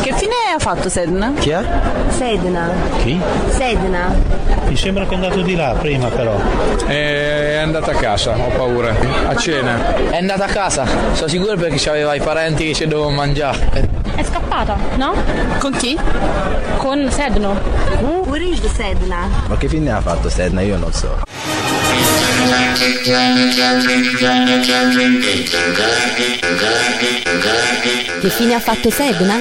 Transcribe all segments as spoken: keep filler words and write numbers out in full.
Che fine ha fatto Sedna? Chi è? Sedna. Chi? Sedna. Mi sembra che è andato di là prima però. È andata a casa, ho paura. A cena. È andata a casa, sono sicuro perché c'aveva i parenti che ci dovevano mangiare. È scappata, no? Con chi? Con Sedno. Where is the Sedna? Ma che fine ha fatto Sedna? Io non so. Che fine ha fatto Sedna?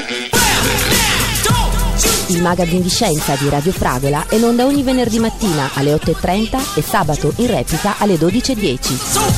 Il magazine di scienza di Radio Fragola è in onda ogni venerdì mattina alle otto e trenta e sabato in replica alle dodici e dieci.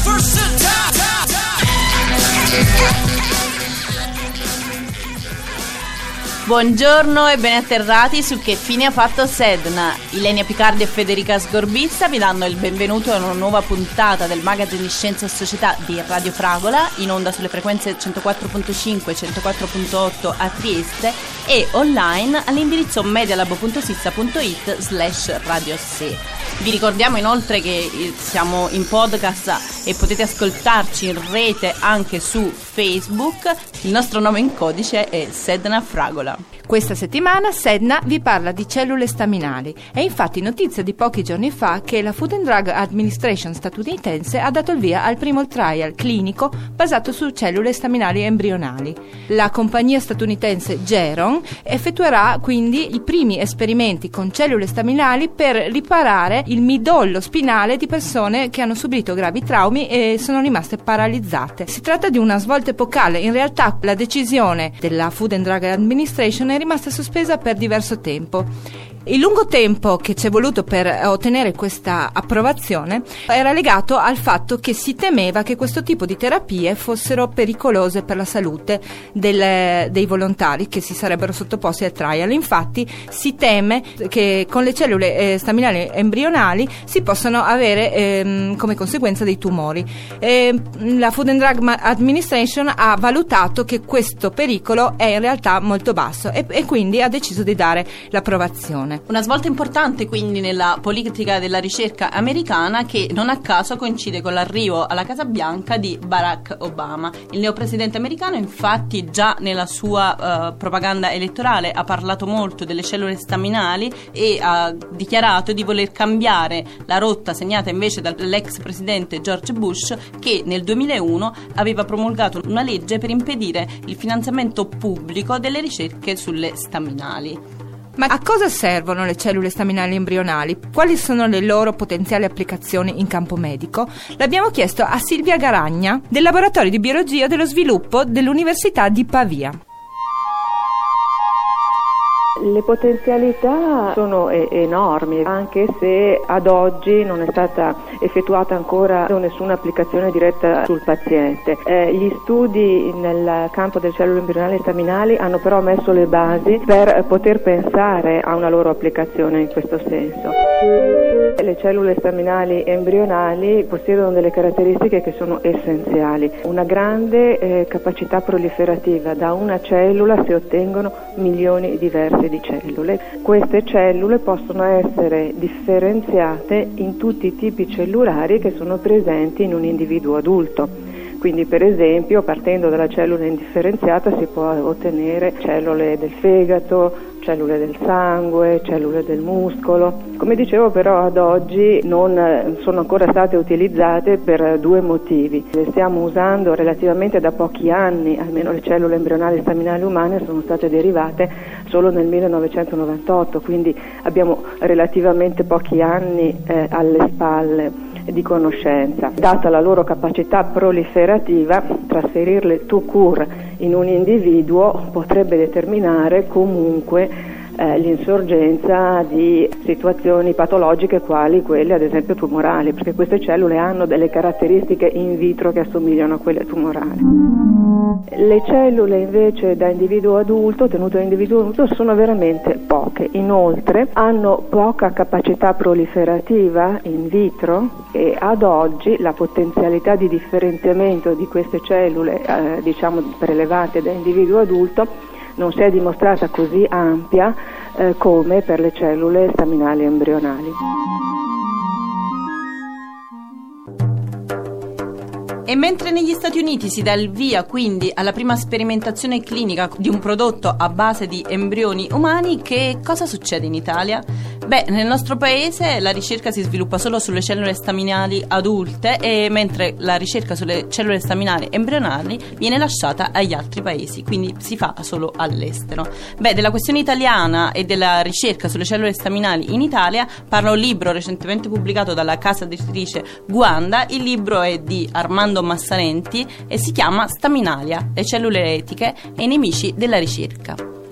Buongiorno e ben atterrati su Che fine ha fatto Sedna. Ilenia Picardi e Federica Sgorbissa vi danno il benvenuto a una nuova puntata del magazine di Scienza e Società di Radio Fragola, in onda sulle frequenze centoquattro virgola cinque e centoquattro virgola otto a Trieste e online all'indirizzo medialab punto sissa punto it slash radio se. Vi ricordiamo inoltre che siamo in podcast e potete ascoltarci in rete anche su Facebook. Il nostro nome in codice è Sedna Fragola. Questa settimana Sedna vi parla di cellule staminali. È infatti notizia di pochi giorni fa che la Food and Drug Administration statunitense ha dato il via al primo trial clinico basato su cellule staminali embrionali. La compagnia statunitense Geron effettuerà quindi i primi esperimenti con cellule staminali per riparare il midollo spinale di persone che hanno subito gravi traumi e sono rimaste paralizzate. Si tratta di una svolta epocale. In realtà la decisione della Food and Drug Administration è rimasta sospesa per diverso tempo. Il lungo tempo che ci è voluto per ottenere questa approvazione era legato al fatto che si temeva che questo tipo di terapie fossero pericolose per la salute del, dei volontari che si sarebbero sottoposti al trial. Infatti si teme che con le cellule eh, staminali embrionali si possano avere ehm, come conseguenza dei tumori. E la Food and Drug Administration ha valutato che questo pericolo è in realtà molto basso e, e quindi ha deciso di dare l'approvazione. Una svolta importante quindi nella politica della ricerca americana, che non a caso coincide con l'arrivo alla Casa Bianca di Barack Obama. Il neopresidente americano infatti già nella sua uh, propaganda elettorale ha parlato molto delle cellule staminali e ha dichiarato di voler cambiare la rotta segnata invece dall'ex presidente George Bush, che nel duemilauno aveva promulgato una legge per impedire il finanziamento pubblico delle ricerche sulle staminali. Ma a cosa servono le cellule staminali embrionali? Quali sono le loro potenziali applicazioni in campo medico? L'abbiamo chiesto a Silvia Garagna del Laboratorio di Biologia dello Sviluppo dell'Università di Pavia. Le potenzialità sono e- enormi, anche se ad oggi non è stata effettuata ancora nessuna applicazione diretta sul paziente. Eh, gli studi nel campo delle cellule embrionali staminali hanno però messo le basi per poter pensare a una loro applicazione in questo senso. Le cellule staminali embrionali possiedono delle caratteristiche che sono essenziali. Una grande eh, capacità proliferativa. Da una cellula si ottengono milioni diversi di cellule. Queste cellule possono essere differenziate in tutti i tipi cellulari che sono presenti in un individuo adulto. Quindi per esempio, partendo dalla cellula indifferenziata si può ottenere cellule del fegato, cellule del sangue, cellule del muscolo. Come dicevo però ad oggi non sono ancora state utilizzate per due motivi. Le stiamo usando relativamente da pochi anni, almeno le cellule embrionali staminali umane sono state derivate solo nel millenovecentonovantotto, quindi abbiamo relativamente pochi anni eh, alle spalle di conoscenza. Data la loro capacità proliferativa, trasferirle tout court in un individuo potrebbe determinare comunque eh, l'insorgenza di situazioni patologiche quali quelle ad esempio tumorali, perché queste cellule hanno delle caratteristiche in vitro che assomigliano a quelle tumorali. Le cellule invece da individuo adulto, tenute da individuo adulto, sono veramente poche. Inoltre hanno poca capacità proliferativa in vitro e ad oggi la potenzialità di differenziamento di queste cellule eh, diciamo prelevate da individuo adulto non si è dimostrata così ampia eh, come per le cellule staminali embrionali. E mentre negli Stati Uniti si dà il via quindi alla prima sperimentazione clinica di un prodotto a base di embrioni umani, che cosa succede in Italia? Beh, nel nostro paese la ricerca si sviluppa solo sulle cellule staminali adulte, e mentre la ricerca sulle cellule staminali embrionali viene lasciata agli altri paesi, quindi si fa solo all'estero. Beh, della questione italiana e della ricerca sulle cellule staminali in Italia parla un libro recentemente pubblicato dalla casa editrice Guanda. Il libro è di Armando Massarenti e si chiama Staminalia, le cellule etiche e i nemici della ricerca.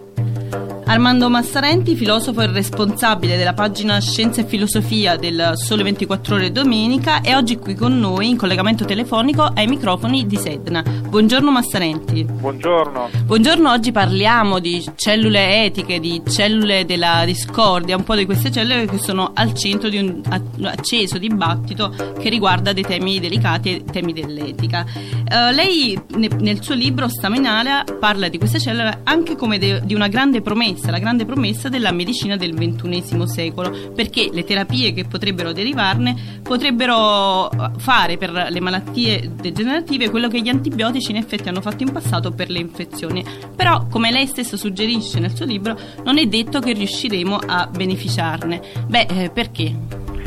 Armando Massarenti, filosofo e responsabile della pagina Scienza e Filosofia del Sole ventiquattro Ore Domenica, è oggi qui con noi in collegamento telefonico ai microfoni di Sedna. Buongiorno Massarenti. Buongiorno. Buongiorno, oggi parliamo di cellule etiche, di cellule della discordia, un po' di queste cellule che sono al centro di un acceso dibattito che riguarda dei temi delicati e temi dell'etica. Uh, lei ne, nel suo libro Staminalia parla di queste cellule anche come de, di una grande promessa, la grande promessa della medicina del ventunesimo secolo, perché le terapie che potrebbero derivarne potrebbero fare per le malattie degenerative quello che gli antibiotici in effetti hanno fatto in passato per le infezioni. Però, come lei stesso suggerisce nel suo libro, non è detto che riusciremo a beneficiarne. Beh, eh, perché?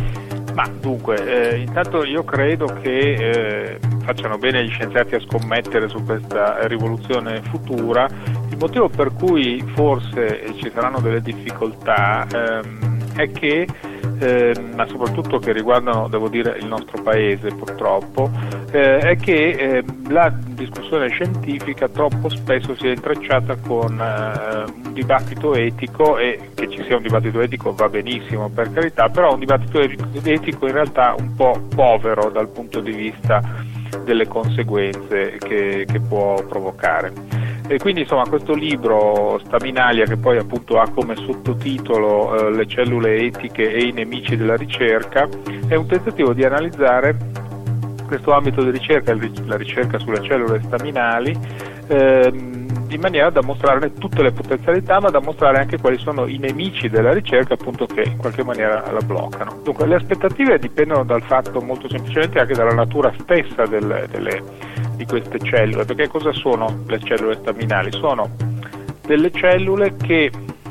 Ma dunque, eh, intanto io credo che eh, facciano bene gli scienziati a scommettere su questa rivoluzione futura. Il motivo per cui forse ci saranno delle difficoltà ehm, è che, ehm, ma soprattutto che riguardano, devo dire, il nostro paese purtroppo, eh, è che eh, la discussione scientifica troppo spesso si è intrecciata con eh, un dibattito etico, e che ci sia un dibattito etico va benissimo, per carità, però un dibattito etico in realtà un po' povero dal punto di vista delle conseguenze che, che può provocare. E quindi insomma questo libro Staminalia, che poi appunto ha come sottotitolo eh, le cellule etiche e i nemici della ricerca, è un tentativo di analizzare questo ambito di ricerca, la ricerca sulle cellule staminali, ehm, in maniera da mostrarne tutte le potenzialità, ma da mostrare anche quali sono i nemici della ricerca, appunto, che in qualche maniera la bloccano. Dunque le aspettative dipendono dal fatto, molto semplicemente, anche dalla natura stessa delle, delle, di queste cellule. Perché cosa sono le cellule staminali? Sono delle cellule che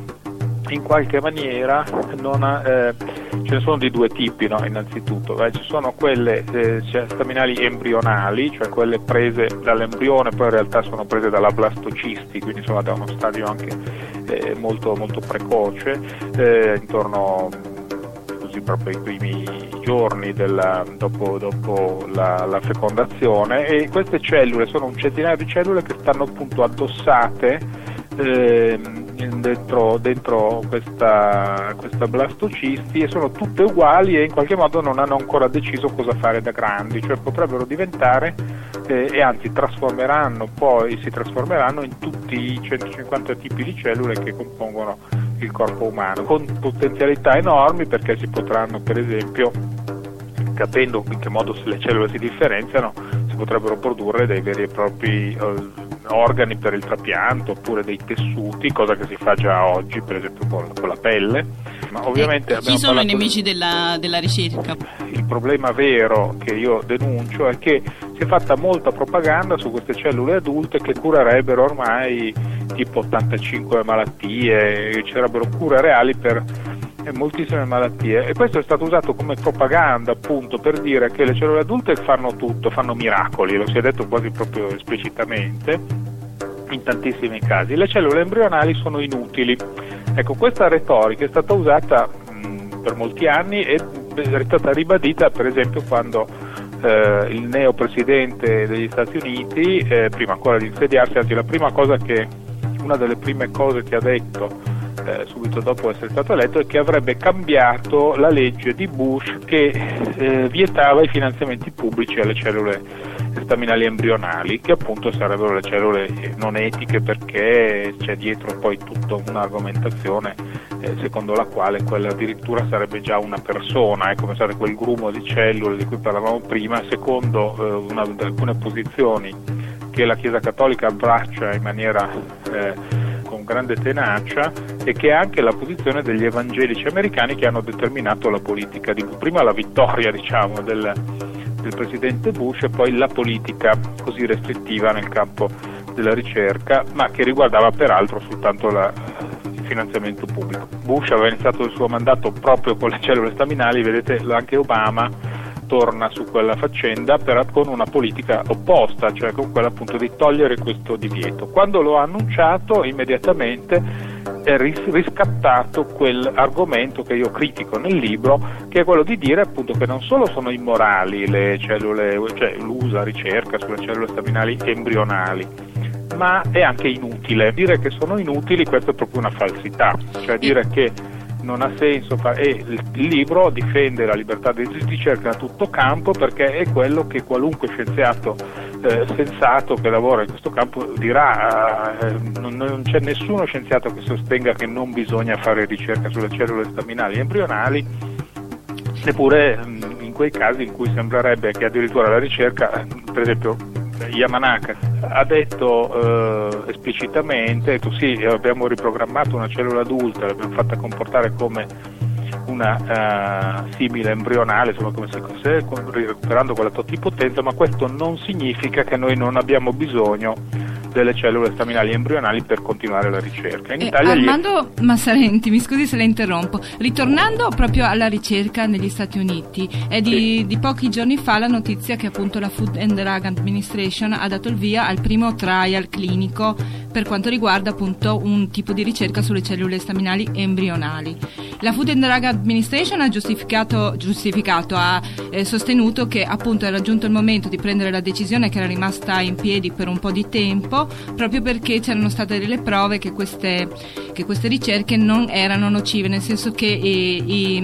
in qualche maniera non ha, eh, ce ne sono di due tipi, no? Innanzitutto eh, ci sono quelle eh, staminali embrionali, cioè quelle prese dall'embrione, poi in realtà sono prese dalla blastocisti, quindi insomma da uno stadio anche eh, molto, molto precoce, eh, intorno così proprio ai primi giorni della, dopo, dopo la, la fecondazione. E queste cellule sono un centinaio di cellule che stanno appunto addossate eh, dentro, dentro questa, questa blastocisti, e sono tutte uguali e in qualche modo non hanno ancora deciso cosa fare da grandi, cioè potrebbero diventare eh, e anzi trasformeranno poi si trasformeranno in tutti i centocinquanta tipi di cellule che compongono il corpo umano, con potenzialità enormi, perché si potranno, per esempio, capendo in che modo le cellule si differenziano, si potrebbero produrre dei veri e propri eh, organi per il trapianto, oppure dei tessuti, cosa che si fa già oggi, per esempio con, con la pelle. Ma ovviamente e chi sono i nemici della, della ricerca? Il problema vero che io denuncio è che si è fatta molta propaganda su queste cellule adulte che curerebbero ormai tipo ottantacinque malattie, ci sarebbero cure reali per moltissime malattie, e questo è stato usato come propaganda, appunto, per dire che le cellule adulte fanno tutto, fanno miracoli, lo si è detto quasi proprio esplicitamente in tantissimi casi. Le cellule embrionali sono inutili. Ecco, questa retorica è stata usata mh, per molti anni e è stata ribadita, per esempio, quando eh, il neo presidente degli Stati Uniti, eh, prima ancora di insediarsi, anzi la prima cosa che una delle prime cose che ha detto Eh, subito dopo essere stato eletto, è che avrebbe cambiato la legge di Bush che eh, vietava i finanziamenti pubblici alle cellule staminali embrionali, che appunto sarebbero le cellule non etiche, perché c'è dietro poi tutta un'argomentazione eh, secondo la quale quella addirittura sarebbe già una persona, è come se quel grumo di cellule di cui parlavamo prima, secondo eh, una, alcune posizioni che la Chiesa Cattolica abbraccia in maniera eh, con grande tenacia, e che è anche la posizione degli evangelici americani che hanno determinato la politica di prima la vittoria, diciamo, del, del presidente Bush e poi la politica così restrittiva nel campo della ricerca, ma che riguardava peraltro soltanto la, il finanziamento pubblico. Bush aveva iniziato il suo mandato proprio con le cellule staminali, vedete anche Obama torna su quella faccenda però con una politica opposta, cioè con quella appunto di togliere questo divieto. Quando lo ha annunciato immediatamente è riscattato quell'argomento che io critico nel libro, che è quello di dire appunto che non solo sono immorali le cellule, cioè l'uso, la ricerca sulle cellule staminali embrionali, ma è anche inutile. Dire che sono inutili, questo è proprio una falsità, cioè dire che non ha senso fare, e il libro difende la libertà di ricerca a tutto campo, perché è quello che qualunque scienziato eh, sensato che lavora in questo campo dirà. Eh, non, non c'è nessuno scienziato che sostenga che non bisogna fare ricerca sulle cellule staminali embrionali, neppure in quei casi in cui sembrerebbe che addirittura la ricerca, per esempio Yamanaka ha detto eh, esplicitamente, detto, sì, abbiamo riprogrammato una cellula adulta, l'abbiamo fatta comportare come una uh, simile embrionale, insomma come se fosse recuperando quella totipotenza, ma questo non significa che noi non abbiamo bisogno delle cellule staminali embrionali per continuare la ricerca. In eh, Italia Armando gli... Massarenti, mi scusi se la interrompo, ritornando proprio alla ricerca negli Stati Uniti, è di, sì. di pochi giorni fa la notizia che appunto la Food and Drug Administration ha dato il via al primo trial clinico per quanto riguarda appunto un tipo di ricerca sulle cellule staminali embrionali. La Food and Drug Administration ha giustificato, giustificato ha eh, sostenuto che appunto era giunto il momento di prendere la decisione, che era rimasta in piedi per un po' di tempo, proprio perché c'erano state delle prove che queste, che queste ricerche non erano nocive, nel senso che eh,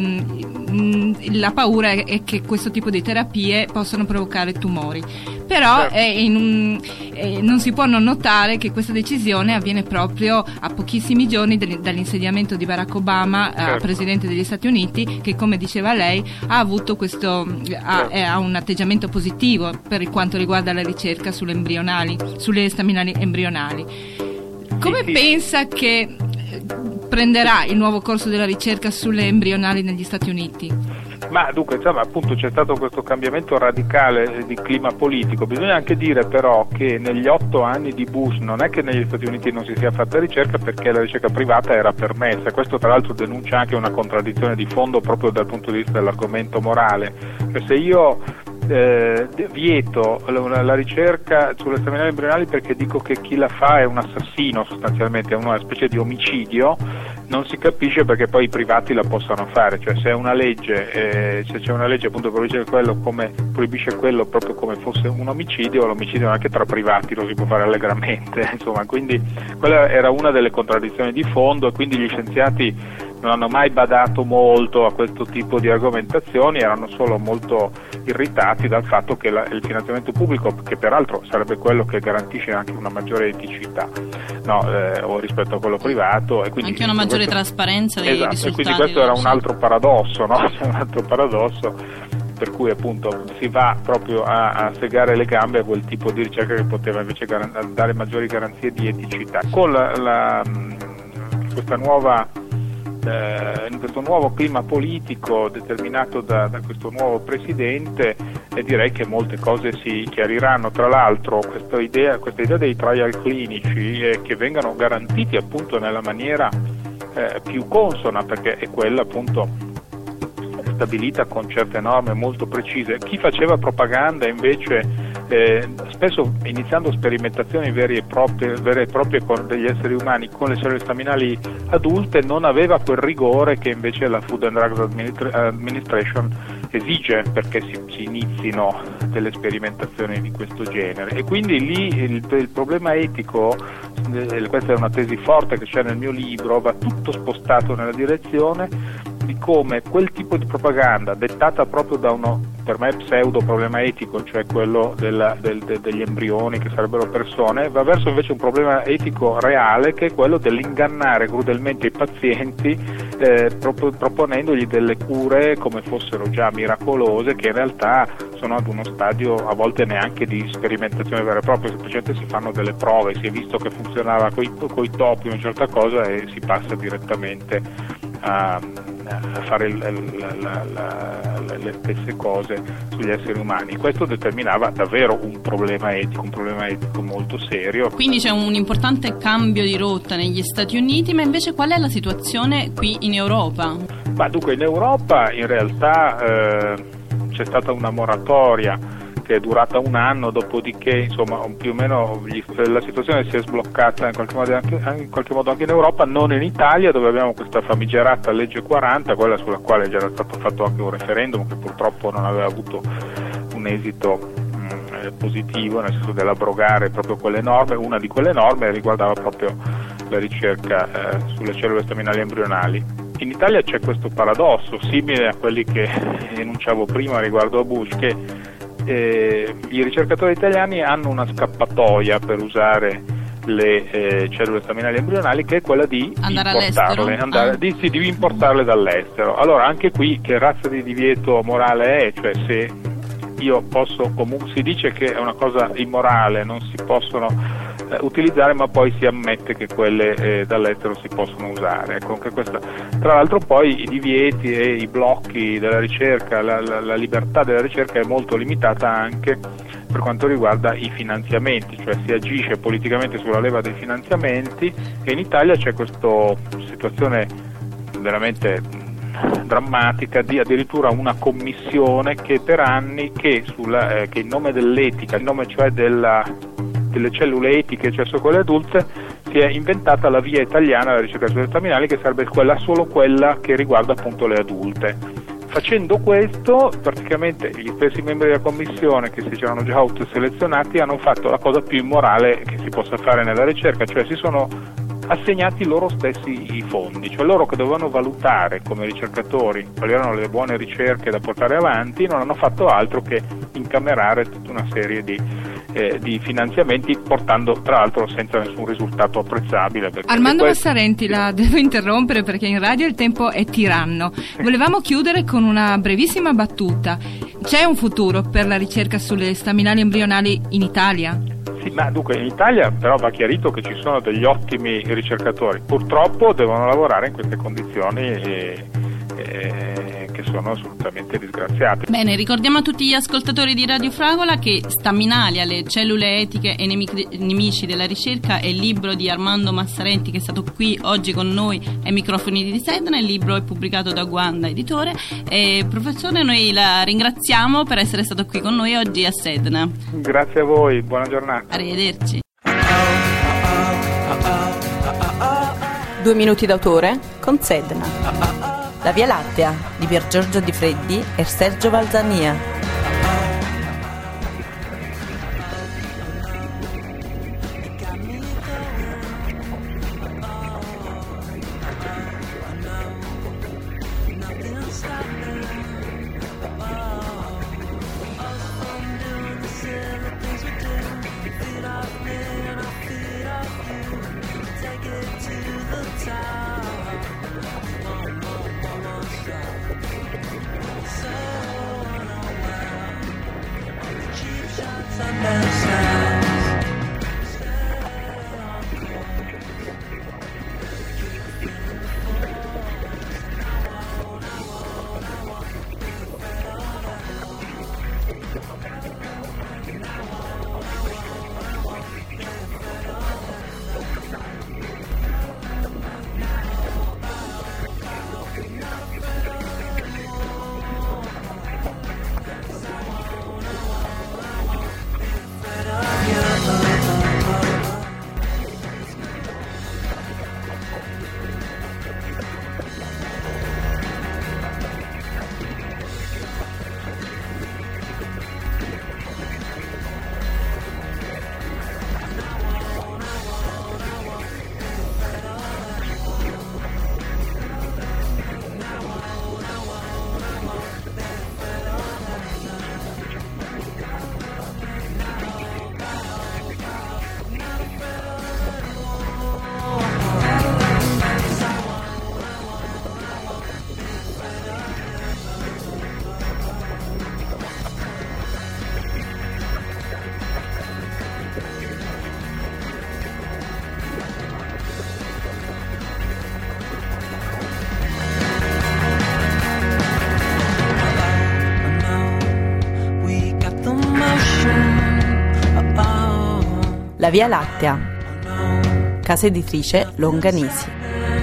i, la paura è che questo tipo di terapie possano provocare tumori. Però certo. è in un, eh, non si può non notare che questa decisione avviene proprio a pochissimi giorni del, dall'insediamento di Barack Obama certo. a presidente degli Stati Uniti, che come diceva lei ha avuto questo ha, certo. ha un atteggiamento positivo per quanto riguarda la ricerca sulle embrionali, sulle staminali embrionali. Come sì, sì. pensa che prenderà il nuovo corso della ricerca sulle embrionali negli Stati Uniti? Ma dunque, insomma, appunto c'è stato questo cambiamento radicale di clima politico. Bisogna anche dire però che negli otto anni di Bush non è che negli Stati Uniti non si sia fatta ricerca, perché la ricerca privata era permessa. Questo tra l'altro denuncia anche una contraddizione di fondo proprio dal punto di vista dell'argomento morale. Cioè, se io eh, vieto la, la ricerca sulle staminali embrionali perché dico che chi la fa è un assassino, sostanzialmente è una specie di omicidio, non si capisce perché poi i privati la possano fare. Cioè se è una legge eh, se c'è una legge appunto che proibisce quello come proibisce quello proprio come fosse un omicidio, l'omicidio anche tra privati lo si può fare allegramente, insomma, quindi quella era una delle contraddizioni di fondo, e quindi gli scienziati non hanno mai badato molto a questo tipo di argomentazioni, erano solo molto irritati dal fatto che la, il finanziamento pubblico, che peraltro sarebbe quello che garantisce anche una maggiore eticità, no, eh, o rispetto a quello privato, e quindi anche una maggiore questo, trasparenza dei esatto, risultati. E quindi questo era un altro paradosso, no? un altro paradosso per cui appunto si va proprio a, a segare le gambe a quel tipo di ricerca che poteva invece garan- dare maggiori garanzie di eticità. Con la, la, questa nuova Eh, in questo nuovo clima politico determinato da, da questo nuovo presidente, eh, direi che molte cose si chiariranno. Tra l'altro questa idea, questa idea dei trial clinici eh, che vengano garantiti appunto nella maniera eh, più consona, perché è quella appunto stabilita con certe norme molto precise. Chi faceva propaganda invece Eh, spesso iniziando sperimentazioni vere e proprie, vere e proprie con degli esseri umani con le cellule staminali adulte, non aveva quel rigore che invece la Food and Drug Administration esige perché si, si inizino delle sperimentazioni di questo genere, e quindi lì il, il problema etico, eh, questa è una tesi forte che c'è nel mio libro, va tutto spostato nella direzione di come quel tipo di propaganda dettata proprio da uno, per me, pseudo problema etico, cioè quello della, del, de, degli embrioni che sarebbero persone, va verso invece un problema etico reale, che è quello dell'ingannare crudelmente i pazienti eh, proprio, proponendogli delle cure come fossero già miracolose, che in realtà sono ad uno stadio a volte neanche di sperimentazione vera e propria, semplicemente si fanno delle prove, si è visto che funzionava coi, coi topi una certa cosa e si passa direttamente a a fare il, la, la, la, le stesse cose sugli esseri umani. Questo determinava davvero un problema etico, un problema etico molto serio. Quindi c'è un importante cambio di rotta negli Stati Uniti, ma invece qual è la situazione qui in Europa? Ma dunque in Europa in realtà eh, c'è stata una moratoria che è durata un anno, dopodiché insomma più o meno gli, la situazione si è sbloccata in qualche modo anche, in qualche modo anche in Europa, non in Italia, dove abbiamo questa famigerata legge quaranta, quella sulla quale già era stato fatto anche un referendum che purtroppo non aveva avuto un esito mh, positivo, nel senso dell'abrogare proprio quelle norme. Una di quelle norme riguardava proprio la ricerca eh, sulle cellule staminali embrionali. In Italia c'è questo paradosso simile a quelli che enunciavo prima riguardo a Bush, che Eh, i ricercatori italiani hanno una scappatoia per usare le eh, cellule staminali embrionali, che è quella di andare importarle, andare, ah. di, sì, di importarle dall'estero. Allora anche qui che razza di divieto morale è? Cioè se io posso, comunque si dice che è una cosa immorale, non si possono eh, utilizzare, ma poi si ammette che quelle eh, dall'estero si possono usare. Ecco, anche questa. Tra l'altro poi i divieti e i blocchi della ricerca, la, la, la libertà della ricerca è molto limitata anche per quanto riguarda i finanziamenti, cioè si agisce politicamente sulla leva dei finanziamenti, e in Italia c'è questa situazione veramente drammatica di addirittura una commissione che per anni che, sulla, eh, che in nome dell'etica, in nome cioè della, delle cellule etiche, cioè su quelle adulte, si è inventata la via italiana della ricerca sulle staminali, che sarebbe quella solo quella che riguarda appunto le adulte. Facendo questo, praticamente gli stessi membri della commissione, che si c'erano già autoselezionati, hanno fatto la cosa più immorale che si possa fare nella ricerca, cioè si sono assegnati loro stessi i fondi, cioè loro che dovevano valutare come ricercatori quali erano le buone ricerche da portare avanti, non hanno fatto altro che incamerare tutta una serie di, eh, di finanziamenti, portando tra l'altro senza nessun risultato apprezzabile. Armando questo... Massarenti, la devo interrompere perché in radio il tempo è tiranno. Volevamo chiudere con una brevissima battuta. C'è un futuro per la ricerca sulle staminali embrionali in Italia? Sì, ma dunque in Italia però va chiarito che ci sono degli ottimi ricercatori, purtroppo devono lavorare in queste condizioni e, e, che sono assolutamente disgraziate. Bene, ricordiamo a tutti gli ascoltatori di Radio Fragola che Staminalia, le cellule etiche e nemici, nemici della ricerca è il libro di Armando Massarenti, che è stato qui oggi con noi ai microfoni di Sedna. Il libro è pubblicato da Guanda Editore. E, professore, noi la ringraziamo per essere stato qui con noi oggi a Sedna. Grazie a voi, buona giornata. Arrivederci. Due minuti d'autore con Sedna. La Via Lattea di Pier Giorgio Di Freddi e Sergio Valzania. So Via Lattea, casa editrice Longanesi.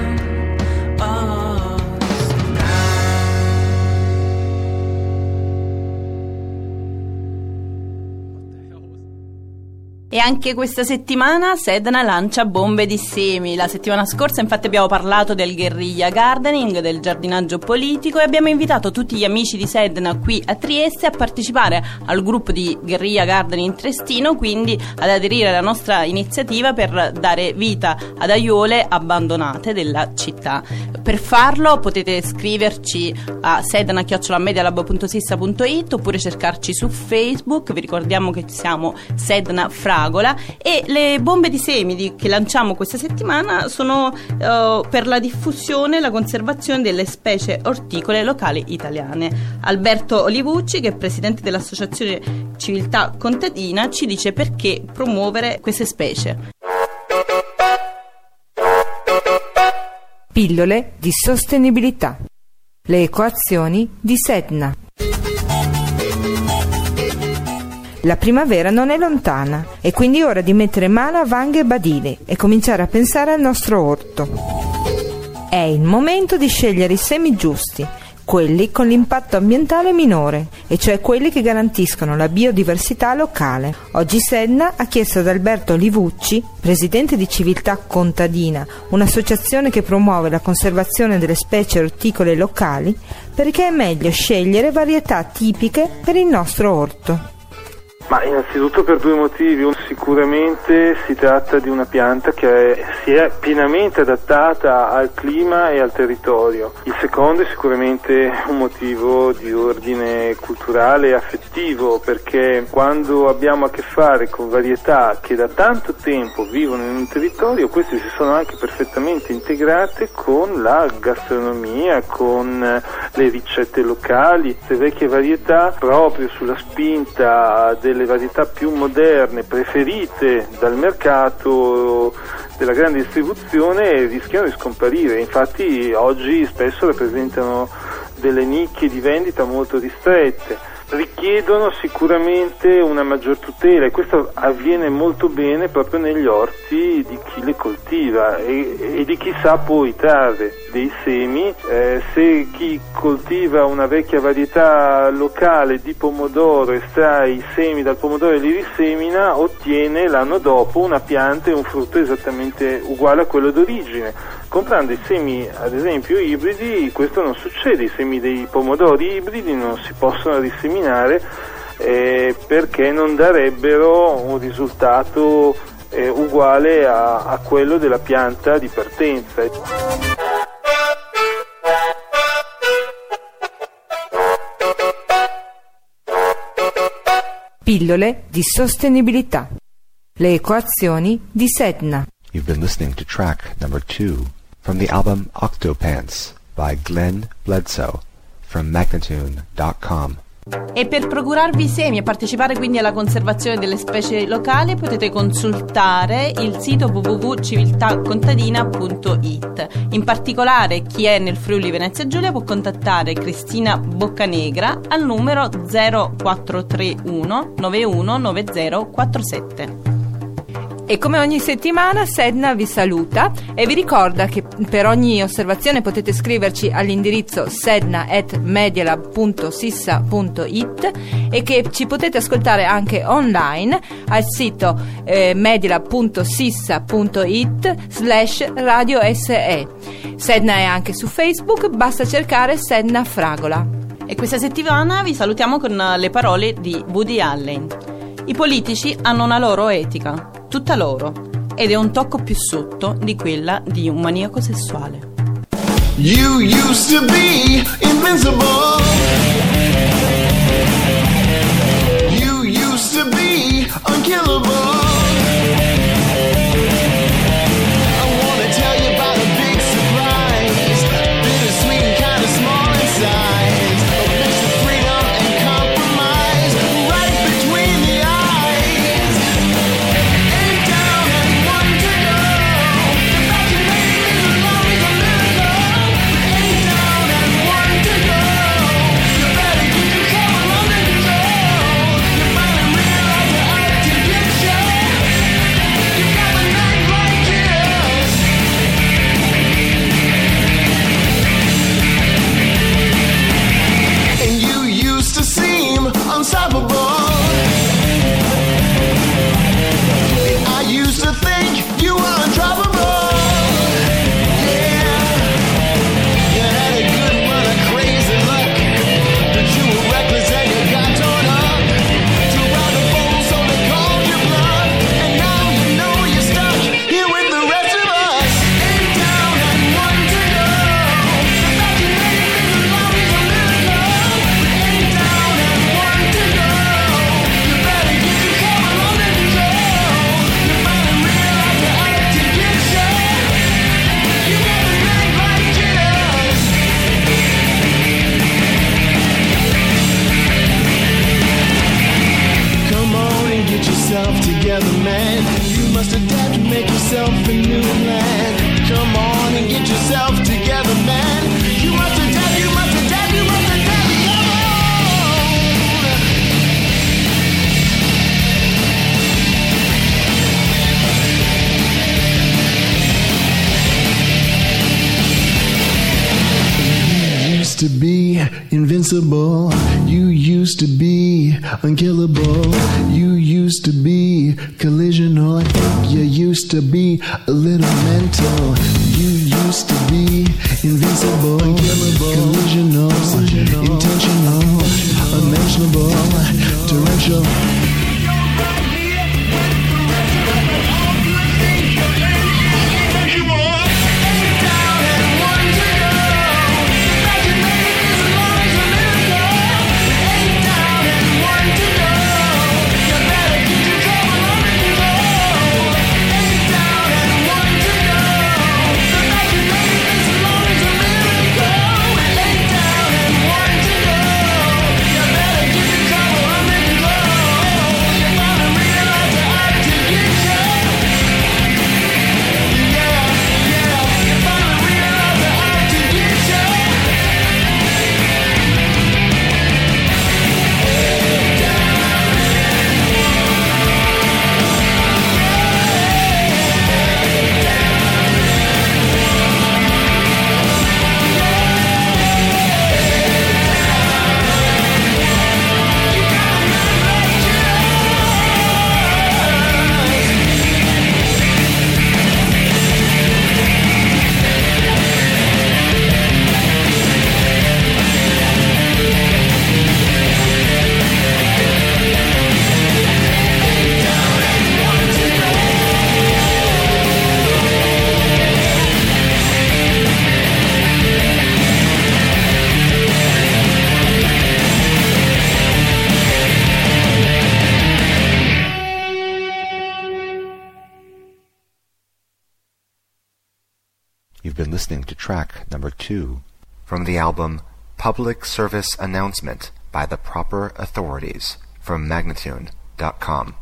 E anche questa settimana Sedna lancia bombe di semi. La settimana scorsa infatti abbiamo parlato del guerriglia gardening, del giardinaggio politico, e abbiamo invitato tutti gli amici di Sedna qui a Trieste a partecipare al gruppo di guerriglia gardening Trestino, quindi ad aderire alla nostra iniziativa per dare vita ad aiuole abbandonate della città. Per farlo potete scriverci a sedna chiocciola medialab punto sissa punto it oppure cercarci su Facebook. Vi ricordiamo che siamo Sedna Fragola, e le bombe di semi di, che lanciamo questa settimana sono uh, per la diffusione e la conservazione delle specie orticole locali italiane. Alberto Olivucci, che è presidente dell'associazione Civiltà Contadina, ci dice perché promuovere queste specie. Pillole di sostenibilità. Le equazioni di Sedna. La primavera non è lontana, e quindi è ora di mettere mano a vanghe e badili e cominciare a pensare al nostro orto. È il momento di scegliere i semi giusti, quelli con l'impatto ambientale minore, e cioè quelli che garantiscono la biodiversità locale. Oggi Sedna ha chiesto ad Alberto Olivucci, presidente di Civiltà Contadina, un'associazione che promuove la conservazione delle specie orticole locali, perché è meglio scegliere varietà tipiche per il nostro orto. Ma innanzitutto per due motivi. Uno, sicuramente si tratta di una pianta che è, si è pienamente adattata al clima e al territorio. Il secondo è sicuramente un motivo di ordine culturale e affettivo, perché quando abbiamo a che fare con varietà che da tanto tempo vivono in un territorio, queste si sono anche perfettamente integrate con la gastronomia, con le ricette locali. Le vecchie varietà, proprio sulla spinta delle le varietà più moderne preferite dal mercato della grande distribuzione, rischiano di scomparire. Infatti oggi spesso rappresentano delle nicchie di vendita molto ristrette. Richiedono sicuramente una maggior tutela, e questo avviene molto bene proprio negli orti di chi le coltiva e, e di chi sa poi trarre dei semi. Eh, se chi coltiva una vecchia varietà locale di pomodoro estrae i semi dal pomodoro e li risemina, ottiene l'anno dopo una pianta e un frutto esattamente uguale a quello d'origine. Comprando i semi ad esempio ibridi questo non succede. I semi dei pomodori ibridi non si possono riseminare eh, perché non darebbero un risultato eh, uguale a, a quello della pianta di partenza. Pillole di sostenibilità. Le equazioni di Sedna. You've been listening to track number two from the album Octopants by Glenn Bledsoe from magnatune dot com. E per procurarvi semi e partecipare quindi alla conservazione delle specie locali potete consultare il sito w w w punto civiltà contadina punto it. In particolare chi è nel Friuli Venezia Giulia può contattare Cristina Boccanegra al numero zero quattro tre uno nove uno nove zero quattro sette. E come ogni settimana Sedna vi saluta e vi ricorda che per ogni osservazione potete scriverci all'indirizzo sedna at medialab punto sissa punto it e che ci potete ascoltare anche online al sito eh, medialab punto sissa punto it slash radio se. Sedna è anche su Facebook, basta cercare Sedna Fragola. E questa settimana vi salutiamo con le parole di Woody Allen. I politici hanno una loro etica, tutta loro, ed è un tocco più sotto di quella di un maniaco sessuale. You used to be invincible. You used to be unkillable. I wanna tell you about a big surprise, bittersweet and kind of small in size, a mix of freedom and compromise, right between the eyes. Ain't down and one to go. The fact you made is as long as a miracle. Ain't down and one to go. You better keep your cover under control. You finally realize you ought to get show. invincible. You used to be unkillable. You used to be collisional. I think you used to be a little mental. You used to be invincible, unkillable, collisional, intentional, unmentionable, torrential. You've been listening to track number two from the album Public Service Announcement by the Proper Authorities from Magnatune dot com.